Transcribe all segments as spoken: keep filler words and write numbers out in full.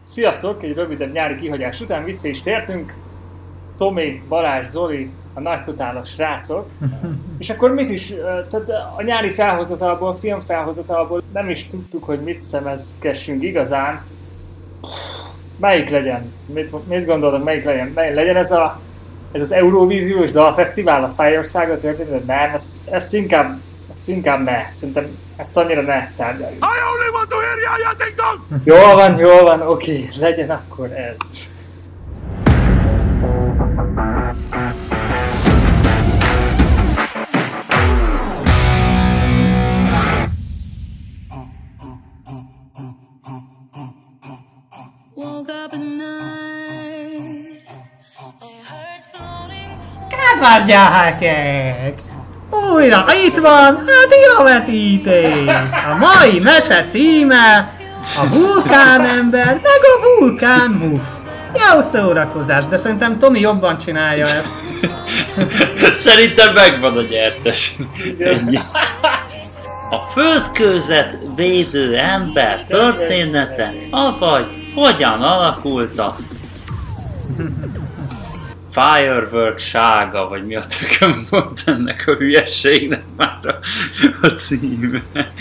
Sziasztok! Egy rövidebb nyári kihagyás után vissza is tértünk. Tomi, Balázs, Zoli, a nagy totálos srácok. És akkor mit is, tehát a nyári felhozatalból, a film felhozatalból nem is tudtuk, hogy mit szemezgessünk igazán. Melyik legyen? Mit, mit gondolod, melyik legyen? Melyik legyen ez, a, ez az Eurovíziós Dalfesztivál, a Firesaga történet? Nem, ezt, ezt inkább Ezt inkább ne, szerintem ezt annyira ne tárgyaljuk. I only want to hear you, you ding dong! Jól van, jól van, oké, legyen akkor ez. Kedves gyerekek! Újra itt van a diavetítés! A mai mese címe a vulkánember meg a vulkánmuff. Jó szórakozás, de szerintem Tomi jobban csinálja ezt. Szerintem megvan a gyertes. Ennyi. A földkőzet védő ember története, avagy hogyan alakult a Fireworks-sága, vagy mi a tököm volt ennek a hülyeségnek már a, a címe.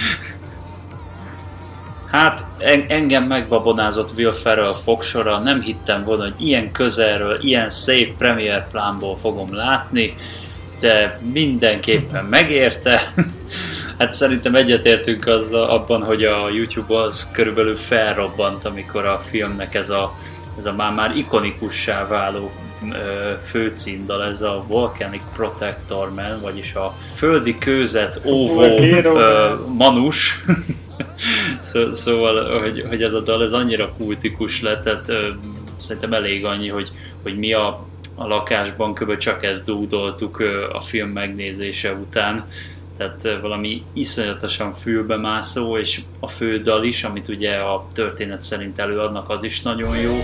Hát en, engem megbabonázott Will Ferrell fogsora, nem hittem volna, hogy ilyen közelről, ilyen szép premier plánból fogom látni, de mindenképpen megérte. Hát szerintem egyetértünk azzal, abban, hogy a YouTube az körülbelül felrobbant, amikor a filmnek ez a, ez a már, már ikonikussá váló főcímdal, ez a Volcanic Protector Man, vagyis a földi kőzet óvó manus. Szó, szóval, hogy, hogy ez a dal ez annyira kultikus lett, tehát ö, szerintem elég annyi, hogy, hogy mi a, a lakásban kb. Csak ezt dúdoltuk ö, a film megnézése után. Tehát ö, valami iszonyatosan fülbemászó, és a fő dal is, amit ugye a történet szerint előadnak, az is nagyon jó.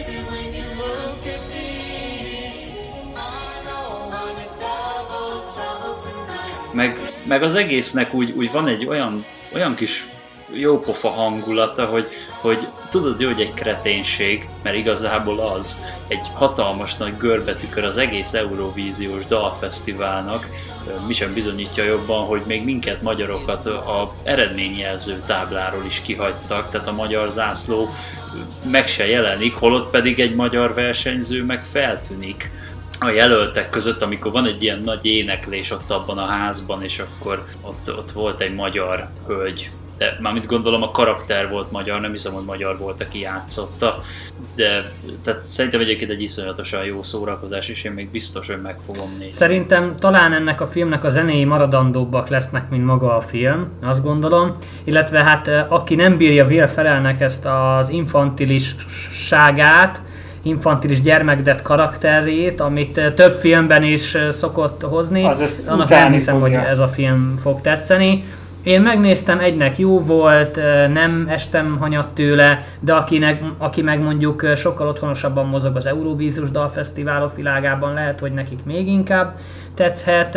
Meg, meg az egésznek úgy, úgy van egy olyan, olyan kis jópofa hangulata, hogy, hogy tudod jó, hogy egy kreténség, mert igazából az egy hatalmas nagy görbetükör az egész Eurovíziós Dalfesztiválnak, mi sem bizonyítja jobban, hogy még minket magyarokat a eredményjelző tábláról is kihagytak, tehát a magyar zászló meg se jelenik, holott pedig egy magyar versenyző meg feltűnik a jelöltek között, amikor van egy ilyen nagy éneklés ott abban a házban, és akkor ott, ott volt egy magyar hölgy. De mármint gondolom a karakter volt magyar, nem hiszem, hogy magyar volt, aki játszotta. De tehát szerintem egyébként egy iszonyatosan jó szórakozás, és én még biztos, hogy meg fogom nézni. Szerintem talán ennek a filmnek a zenéi maradandóbbak lesznek, mint maga a film, azt gondolom. Illetve hát aki nem bírja Will Ferrellnek ezt az infantilisságát, infantilis gyermekdet karakterét, amit több filmben is szokott hozni, annak nem hiszem, fogja. Hogy ez a film fog tetszeni. Én megnéztem, egynek jó volt, nem estem hanyat tőle, de akinek, aki meg mondjuk sokkal otthonosabban mozog az Eurovíziós Dalfesztiválok világában, lehet, hogy nekik még inkább tetszhet,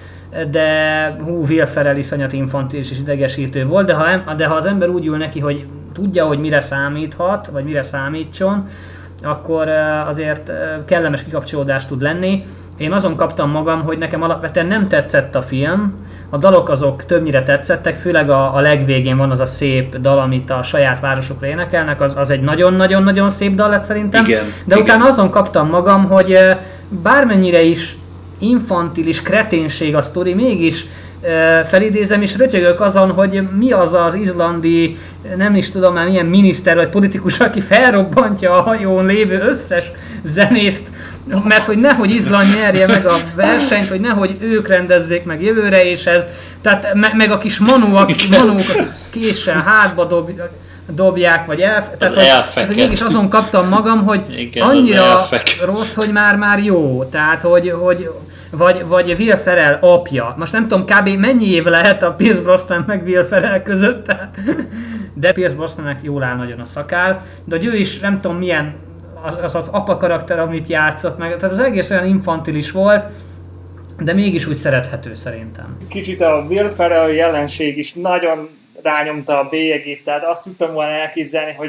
de hú, Will Ferrell iszonyat infantilis és idegesítő volt, de ha, de ha az ember úgy ül neki, hogy tudja, hogy mire számíthat, vagy mire számítson, akkor azért kellemes kikapcsolódás tud lenni. Én azon kaptam magam, hogy nekem alapvetően nem tetszett a film, a dalok azok többnyire tetszettek, főleg a, a legvégén van az a szép dal, amit a saját városokra énekelnek, az, az egy nagyon-nagyon-nagyon szép dal lett szerintem. Igen, de igen. Utána azon kaptam magam, hogy bármennyire is infantilis kreténség a sztori, mégis felidézem, és rötyögök azon, hogy mi az az izlandi, nem is tudom már milyen miniszter vagy politikus, aki felrobbantja a hajón lévő összes zenészt, mert hogy nehogy Izland nyerje meg a versenyt, hogy nehogy ők rendezzék meg jövőre, és ez, tehát me, meg a kis manóak, manók késsel hátba dob, dobják, vagy elf, tehát hogy, tehát, hogy mégis azon kaptam magam, hogy igen, annyira rossz, hogy már-már jó, tehát hogy, hogy vagy, vagy Will Ferrell apja. Most nem tudom, kb. Mennyi év lehet a Pierce Brosnan meg Will Ferrell között, tehát, de Pierce Brosnannek jól áll nagyon a szakál, de hogy ő is nem tudom milyen az az, az apa karakter, amit játszott meg, tehát az egész olyan infantilis volt, de mégis úgy szerethető szerintem. Kicsit a Will Ferrell jelenség is nagyon rányomta a bélyegét, tehát azt tudtam volna elképzelni, hogy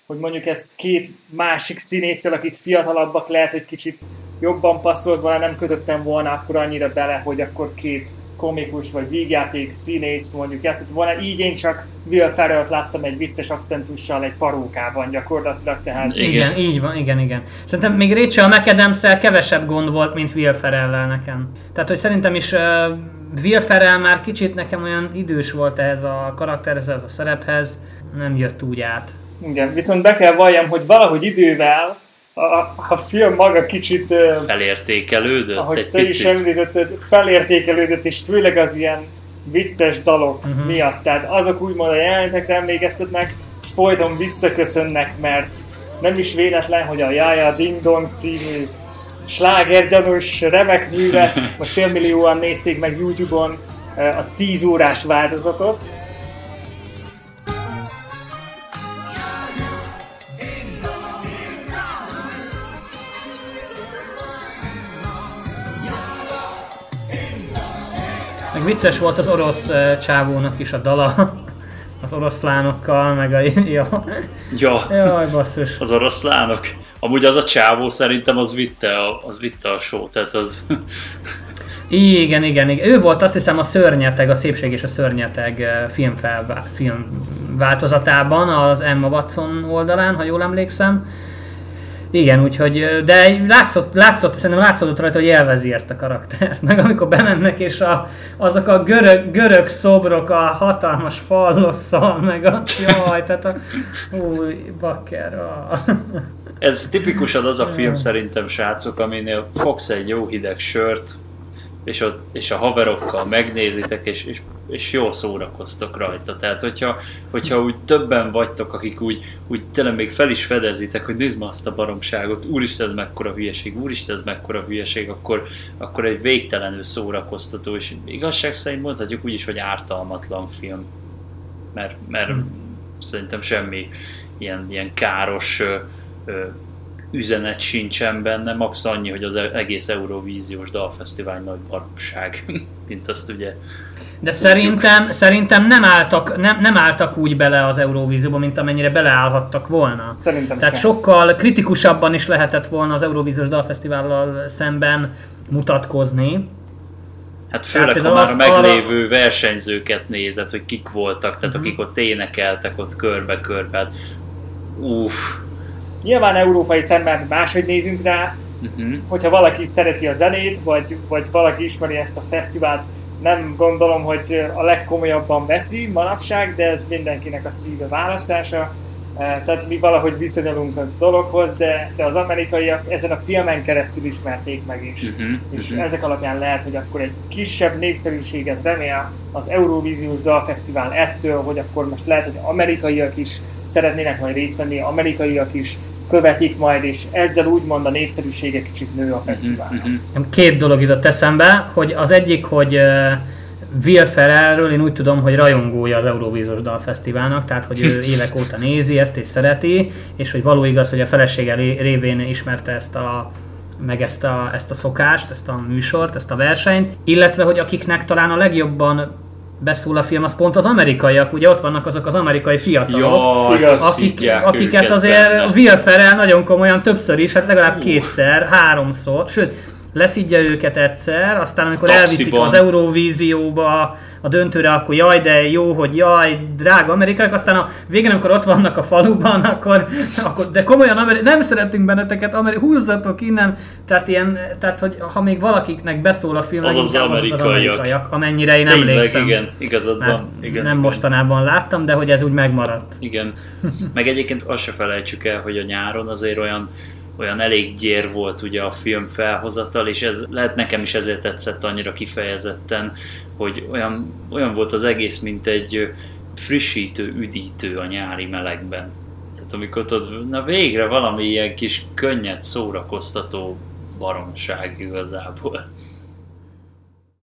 hogy mondjuk ez két másik színésszel, akik fiatalabbak, lehet, hogy kicsit jobban passzolt volna, nem kötöttem volna akkor annyira bele, hogy akkor két komikus vagy vígjáték színész mondjuk játszott volna. Így én csak Will Ferrellt láttam egy vicces akcentussal egy parókában gyakorlatilag, tehát... Igen, igen, így van, igen, igen. Szerintem még Rachel McAdams-szel kevesebb gond volt, mint Will Ferrell-lel nekem. Tehát, hogy szerintem is uh, Will Ferrell már kicsit nekem olyan idős volt ehhez a karakterhez, ehhez a szerephez, nem jött úgy át. Igen, viszont be kell valljam, hogy valahogy idővel a, a film maga kicsit... Uh, felértékelődött ahogy egy te picit. is említetted, felértékelődött, és főleg az ilyen vicces dalok uh-huh. miatt. Tehát azok úgymond a jelenetekre emlékeztetnek, folyton visszaköszönnek, mert nem is véletlen, hogy a Jaja Ding Dong című slágergyanús remek művet, most félmillióan nézték meg YouTube-on a tíz órás változatot. Meg vicces volt az orosz uh, csávónak is a dala, az oroszlánokkal, meg a... Ja. Ja, Jaj, basszus. az oroszlánok. Amúgy az a csávó szerintem az vitte a, az vitte a show, tehát az... Igen, igen, igen. Ő volt azt hiszem a Szörnyeteg, a Szépség és a Szörnyeteg filmfelvá- film változatában, az Emma Watson oldalán, ha jól emlékszem. Igen, úgyhogy, de látszott, látszott, szerintem látszott rajta, hogy élvezi ezt a karaktert. Meg amikor bemennek, és a, azok a görög, görög szobrok a hatalmas fallosszal, meg a jaj, tehát a... Új, bakker. A... Ez tipikusan az a film szerintem, srácok, aminél fogsz egy jó hideg sört, és, ott, és a haverokkal megnézitek, és, és, és jól szórakoztok rajta. Tehát, hogyha, hogyha úgy többen vagytok, akik úgy, úgy tényleg még fel is fedezitek, hogy nézd ma azt a baromságot, úristen, ez mekkora hülyeség, úristen, ez mekkora hülyeség, akkor, akkor egy végtelenül szórakoztató, és igazság szerint mondhatjuk úgy is, hogy ártalmatlan film. Mert, mert hmm. szerintem semmi ilyen, ilyen káros ö, ö, üzenet sincsen benne, max annyi, hogy az egész Eurovíziós Dalfesztivál nagy baromság, mint azt ugye... De szerintem, szerintem nem, álltak, nem, nem álltak úgy bele az Eurovízióba, mint amennyire beleállhattak volna. Szerintem Tehát sem. sokkal kritikusabban is lehetett volna az Eurovíziós Dalfesztivállal szemben mutatkozni. Hát főleg, ha már a meglévő arra... versenyzőket nézed, hogy kik voltak, tehát uh-huh. akik ott énekeltek ott körbe-körbe. Uff. Nyilván európai szemmel máshogy nézünk rá, uh-huh. hogyha valaki szereti a zenét, vagy, vagy valaki ismeri ezt a fesztivált, nem gondolom, hogy a legkomolyabban veszi manapság, de ez mindenkinek a szíve választása. Tehát mi valahogy viszonyulunk a dologhoz, de, de az amerikaiak ezen a filmen keresztül ismerték meg is. Uh-huh. És uh-huh. ezek alapján lehet, hogy akkor egy kisebb népszerűséget remél az Eurovíziós Dalfesztivál ettől, hogy akkor most lehet, hogy amerikaiak is szeretnének majd részt venni, amerikaiak is követik majd, és ezzel úgymond a népszerűsége kicsit nő a fesztiválnak. Uh-huh. Két dolog jutott eszembe, hogy az egyik, hogy uh, Will Ferrellről én úgy tudom, hogy rajongója az Eurovíziós Dalfesztiválnak, tehát hogy ő évek óta nézi ezt és szereti, és hogy való igaz, hogy a felesége révén ismerte ezt a, meg ezt a, ezt a szokást, ezt a műsort, ezt a versenyt, illetve hogy akiknek talán a legjobban beszól a film, az pont az amerikaiak, ugye ott vannak azok az amerikai fiatalok, ja, akik, akiket azért benne. Will Ferrell nagyon komolyan többször is, hát legalább uh. kétszer, háromszor, sőt, leszidja őket egyszer, aztán amikor Taxiban. elviszik az Eurovízióba, a döntőre, akkor jaj, de jó, hogy jaj, drága amerikaiak, aztán a végén, amikor ott vannak a faluban, akkor, akkor de komolyan Ameri- nem szeretünk benneteket, Ameri- húzzatok innen, tehát ilyen, tehát hogy ha még valakiknek beszól a film, az az amerikaiak. az amerikaiak, amennyire én Tényleg, emlékszem. igen, igazad hát van. Igen, nem igen. mostanában láttam, de hogy ez úgy megmaradt. Igen, meg egyébként azt se felejtsük el, hogy a nyáron azért olyan olyan elég gyér volt ugye a film felhozatal, és ez lehet nekem is ezért tetszett annyira kifejezetten, hogy olyan, olyan volt az egész, mint egy frissítő, üdítő a nyári melegben. Tehát amikor tudod, na végre valami ilyen kis könnyed, szórakoztató baromság igazából.